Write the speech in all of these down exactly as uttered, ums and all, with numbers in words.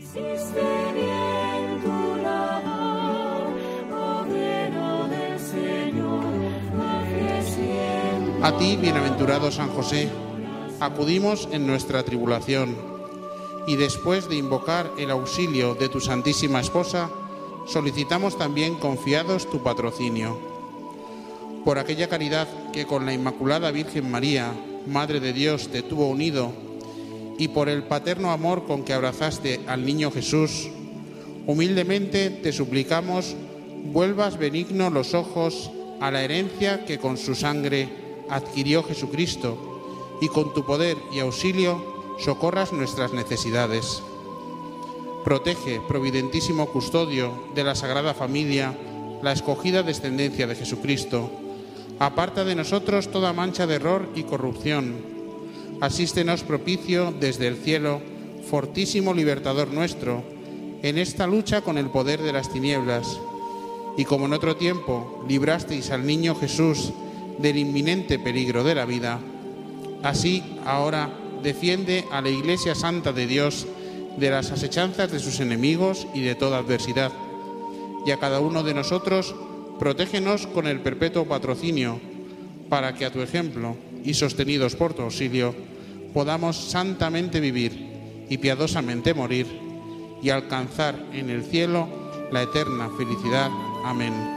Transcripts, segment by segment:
A ti, bienaventurado San José, acudimos en nuestra tribulación y después de invocar el auxilio de tu Santísima Esposa, solicitamos también confiados tu patrocinio. Por aquella caridad que con la Inmaculada Virgen María, Madre de Dios, te tuvo unido, y por el paterno amor con que abrazaste al niño Jesús, humildemente te suplicamos vuelvas benigno los ojos a la herencia que con su sangre adquirió Jesucristo, y con tu poder y auxilio socorras nuestras necesidades. Protege, providentísimo custodio de la Sagrada Familia, la escogida descendencia de Jesucristo. Aparta de nosotros toda mancha de error y corrupción. Asístenos propicio desde el cielo, fortísimo libertador nuestro, en esta lucha con el poder de las tinieblas. Y como en otro tiempo librasteis al niño Jesús del inminente peligro de la vida, así ahora defiende a la Iglesia Santa de Dios de las asechanzas de sus enemigos y de toda adversidad. Y a cada uno de nosotros protégenos con el perpetuo patrocinio, para que a tu ejemplo y sostenidos por tu auxilio podamos santamente vivir y piadosamente morir y alcanzar en el cielo la eterna felicidad. Amén.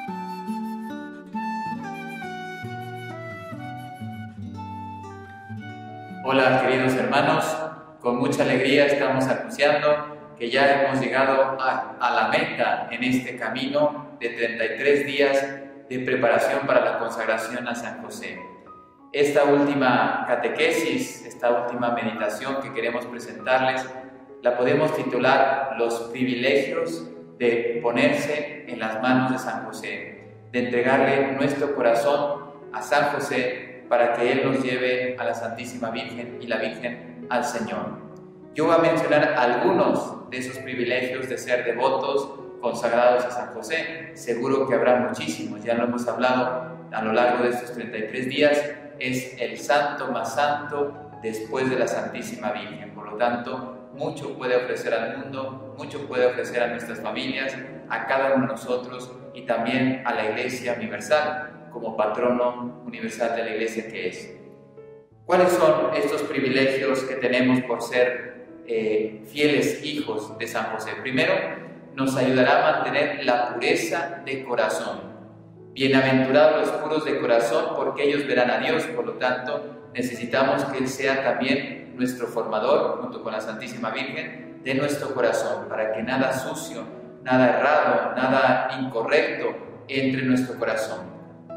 Hola, queridos hermanos, con mucha alegría estamos anunciando que ya hemos llegado a, a la meta en este camino de treinta y tres días de preparación para la consagración a San José. Esta última catequesis, esta última meditación que queremos presentarles, la podemos titular Los privilegios de ponerse en las manos de San José, de entregarle nuestro corazón a San José para que Él nos lleve a la Santísima Virgen y la Virgen al Señor. Yo voy a mencionar algunos de esos privilegios de ser devotos, consagrados a San José. Seguro que habrá muchísimos, ya lo hemos hablado a lo largo de estos treinta y tres días. Es el santo más santo después de la Santísima Virgen. Por lo tanto, mucho puede ofrecer al mundo, mucho puede ofrecer a nuestras familias, a cada uno de nosotros y también a la Iglesia Universal, como patrono universal de la Iglesia que es. ¿Cuáles son estos privilegios que tenemos por ser eh, fieles hijos de San José? Primero, nos ayudará a mantener la pureza de corazón. Bienaventurados los puros de corazón, porque ellos verán a Dios. Por lo tanto, necesitamos que Él sea también nuestro formador, junto con la Santísima Virgen, de nuestro corazón, para que nada sucio, nada errado, nada incorrecto entre en nuestro corazón.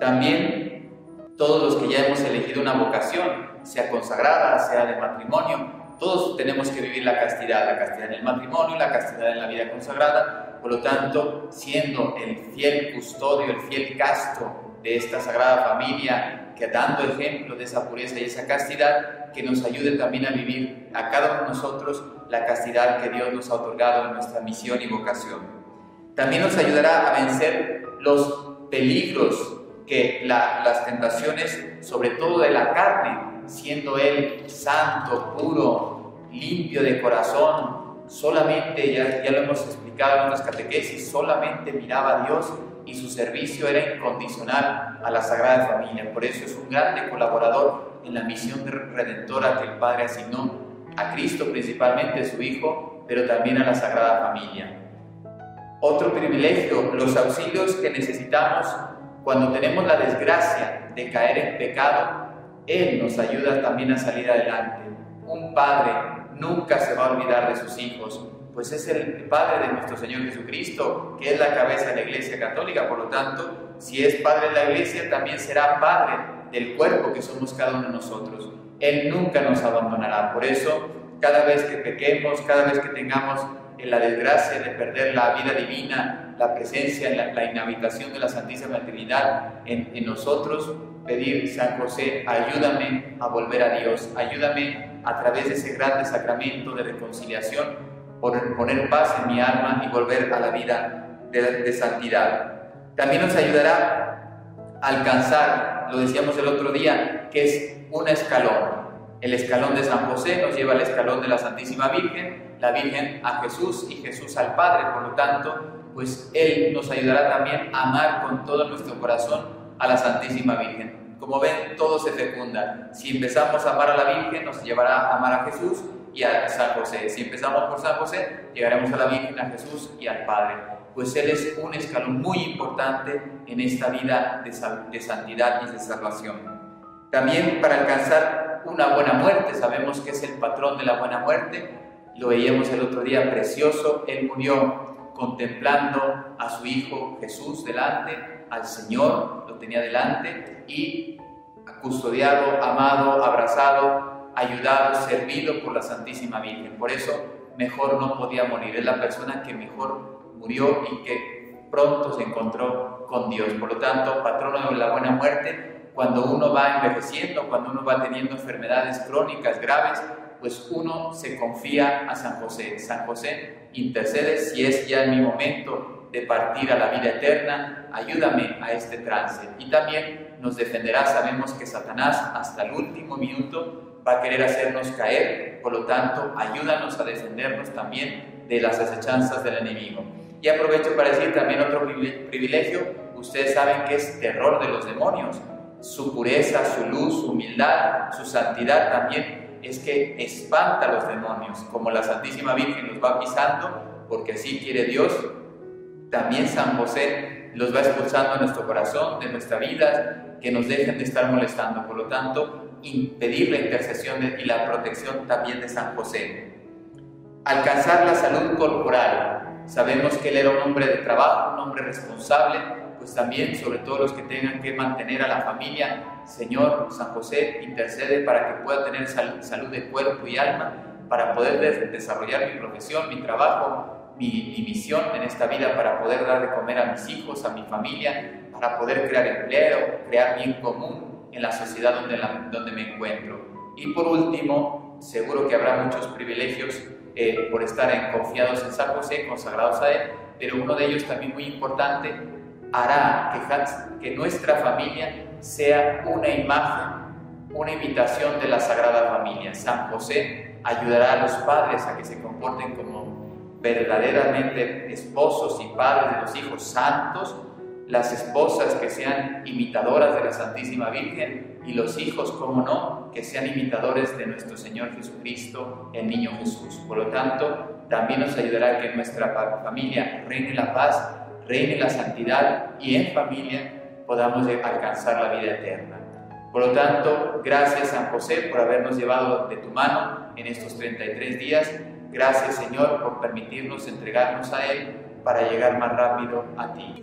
También todos los que ya hemos elegido una vocación, sea consagrada, sea de matrimonio, todos tenemos que vivir la castidad, la castidad en el matrimonio, la castidad en la vida consagrada. Por lo tanto, siendo el fiel custodio, el fiel casto de esta Sagrada Familia, que dando ejemplo de esa pureza y esa castidad, que nos ayude también a vivir a cada uno de nosotros la castidad que Dios nos ha otorgado en nuestra misión y vocación. También nos ayudará a vencer los peligros que la, las tentaciones, sobre todo de la carne, siendo Él santo, puro, limpio de corazón, solamente, ya, ya lo hemos explicado en las catequesis, solamente miraba a Dios y su servicio era incondicional a la Sagrada Familia. Por eso es un grande colaborador en la misión redentora que el Padre asignó a Cristo, principalmente su Hijo, pero también a la Sagrada Familia. Otro privilegio, los auxilios que necesitamos cuando tenemos la desgracia de caer en pecado. Él nos ayuda también a salir adelante. Un padre nunca se va a olvidar de sus hijos, pues es el Padre de nuestro Señor Jesucristo, que es la cabeza de la Iglesia Católica. Por lo tanto, si es Padre de la Iglesia, también será Padre del cuerpo que somos cada uno de nosotros. Él nunca nos abandonará. Por eso, cada vez que pequemos, cada vez que tengamos la desgracia de perder la vida divina, la presencia, la, la inhabitación de la Santísima Trinidad en, en nosotros, pedir: San José, ayúdame a volver a Dios, ayúdame a través de ese grande sacramento de reconciliación, por poner paz en mi alma y volver a la vida de, de santidad. También nos ayudará a alcanzar, lo decíamos el otro día, que es un escalón. El escalón de San José nos lleva al escalón de la Santísima Virgen, la Virgen a Jesús y Jesús al Padre. Por lo tanto, pues Él nos ayudará también a amar con todo nuestro corazón a la Santísima Virgen. Como ven, todo se fecunda. Si empezamos a amar a la Virgen, nos llevará a amar a Jesús y a San José. Si empezamos por San José, llegaremos a la Virgen, a Jesús y al Padre. Pues Él es un escalón muy importante en esta vida de, sal- de santidad y de salvación. También para alcanzar una buena muerte, sabemos que es el patrón de la buena muerte. Lo veíamos el otro día, precioso. Él murió contemplando a su Hijo Jesús delante, al Señor lo tenía delante y custodiado, amado, abrazado, ayudado, servido por la Santísima Virgen. Por eso mejor no podía morir. Es la persona que mejor murió y que pronto se encontró con Dios. Por lo tanto, patrono de la buena muerte, cuando uno va envejeciendo, cuando uno va teniendo enfermedades crónicas graves, pues uno se confía a San José. San José intercede: si es ya en mi momento de partir a la vida eterna, ayúdame a este trance. Y también nos defenderá. Sabemos que Satanás hasta el último minuto va a querer hacernos caer, por lo tanto, ayúdanos a defendernos también de las acechanzas del enemigo. Y aprovecho para decir también otro privilegio. Ustedes saben que es terror de los demonios. Su pureza, su luz, su humildad, su santidad también es que espanta a los demonios. Como la Santísima Virgen los va pisando, porque así quiere Dios, también San José los va expulsando de nuestro corazón, de nuestra vida, que nos dejen de estar molestando. Por lo tanto, impedir la intercesión y la protección también de San José. Alcanzar la salud corporal. Sabemos que él era un hombre de trabajo, un hombre responsable, pues también, sobre todo los que tengan que mantener a la familia, Señor, San José, intercede para que pueda tener salud, salud de cuerpo y alma, para poder des- desarrollar mi profesión, mi trabajo, mi, mi misión en esta vida, para poder dar de comer a mis hijos, a mi familia, para poder crear empleo, crear bien común en la sociedad donde, la, donde me encuentro. Y por último, seguro que habrá muchos privilegios eh, por estar en, confiados en San José, consagrados a él, pero uno de ellos también muy importante, hará que, que nuestra familia sea una imagen, una imitación de la Sagrada Familia. San José ayudará a los padres a que se comporten como verdaderamente esposos y padres de los hijos santos, las esposas que sean imitadoras de la Santísima Virgen y los hijos, como no, que sean imitadores de nuestro Señor Jesucristo, el Niño Jesús. Por lo tanto, también nos ayudará a que en nuestra familia reine la paz, reine la santidad y en familia podamos alcanzar la vida eterna. Por lo tanto, gracias San José por habernos llevado de tu mano en estos treinta y tres días. Gracias, Señor, por permitirnos entregarnos a Él para llegar más rápido a ti.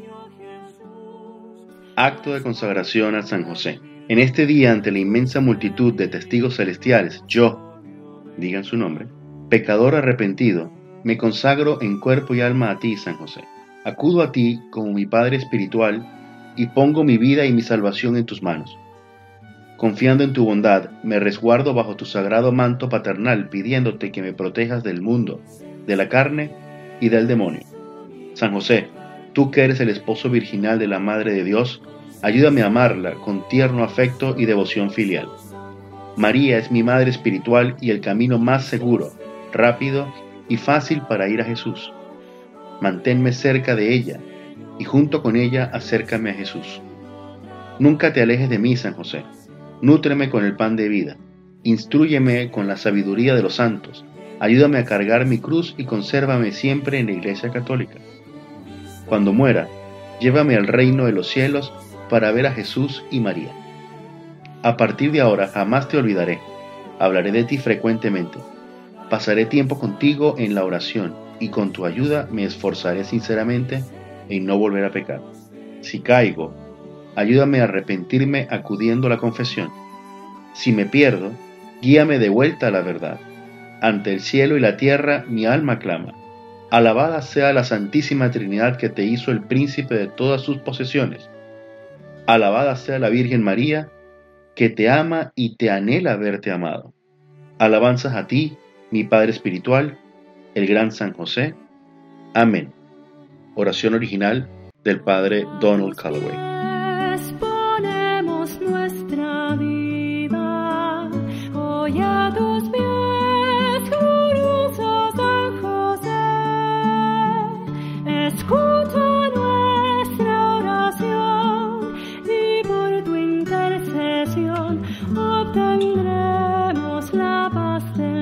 Acto de consagración a San José. En este día, ante la inmensa multitud de testigos celestiales, yo, digan su nombre, pecador arrepentido, me consagro en cuerpo y alma a ti, San José. Acudo a ti como mi Padre espiritual y pongo mi vida y mi salvación en tus manos. Confiando en tu bondad, me resguardo bajo tu sagrado manto paternal, pidiéndote que me protejas del mundo, de la carne y del demonio. San José, tú que eres el esposo virginal de la Madre de Dios, ayúdame a amarla con tierno afecto y devoción filial. María es mi Madre espiritual y el camino más seguro, rápido y fácil para ir a Jesús. Manténme cerca de ella y junto con ella acércame a Jesús. Nunca te alejes de mí, San José. Nútreme con el pan de vida. Instrúyeme con la sabiduría de los santos. Ayúdame a cargar mi cruz y consérvame siempre en la Iglesia Católica. Cuando muera, llévame al reino de los cielos para ver a Jesús y María. A partir de ahora jamás te olvidaré. Hablaré de ti frecuentemente. Pasaré tiempo contigo en la oración y con tu ayuda me esforzaré sinceramente en no volver a pecar. Si caigo, ayúdame a arrepentirme acudiendo a la confesión. Si me pierdo, guíame de vuelta a la verdad. Ante el cielo y la tierra mi alma clama. Alabada sea la Santísima Trinidad que te hizo el príncipe de todas sus posesiones. Alabada sea la Virgen María, que te ama y te anhela verte amado. Alabanzas a ti, mi Padre espiritual, el gran San José. Amén. Oración original del Padre Donald Calloway. Ponemos nuestra vida hoy a tus pies, glorioso San la paz de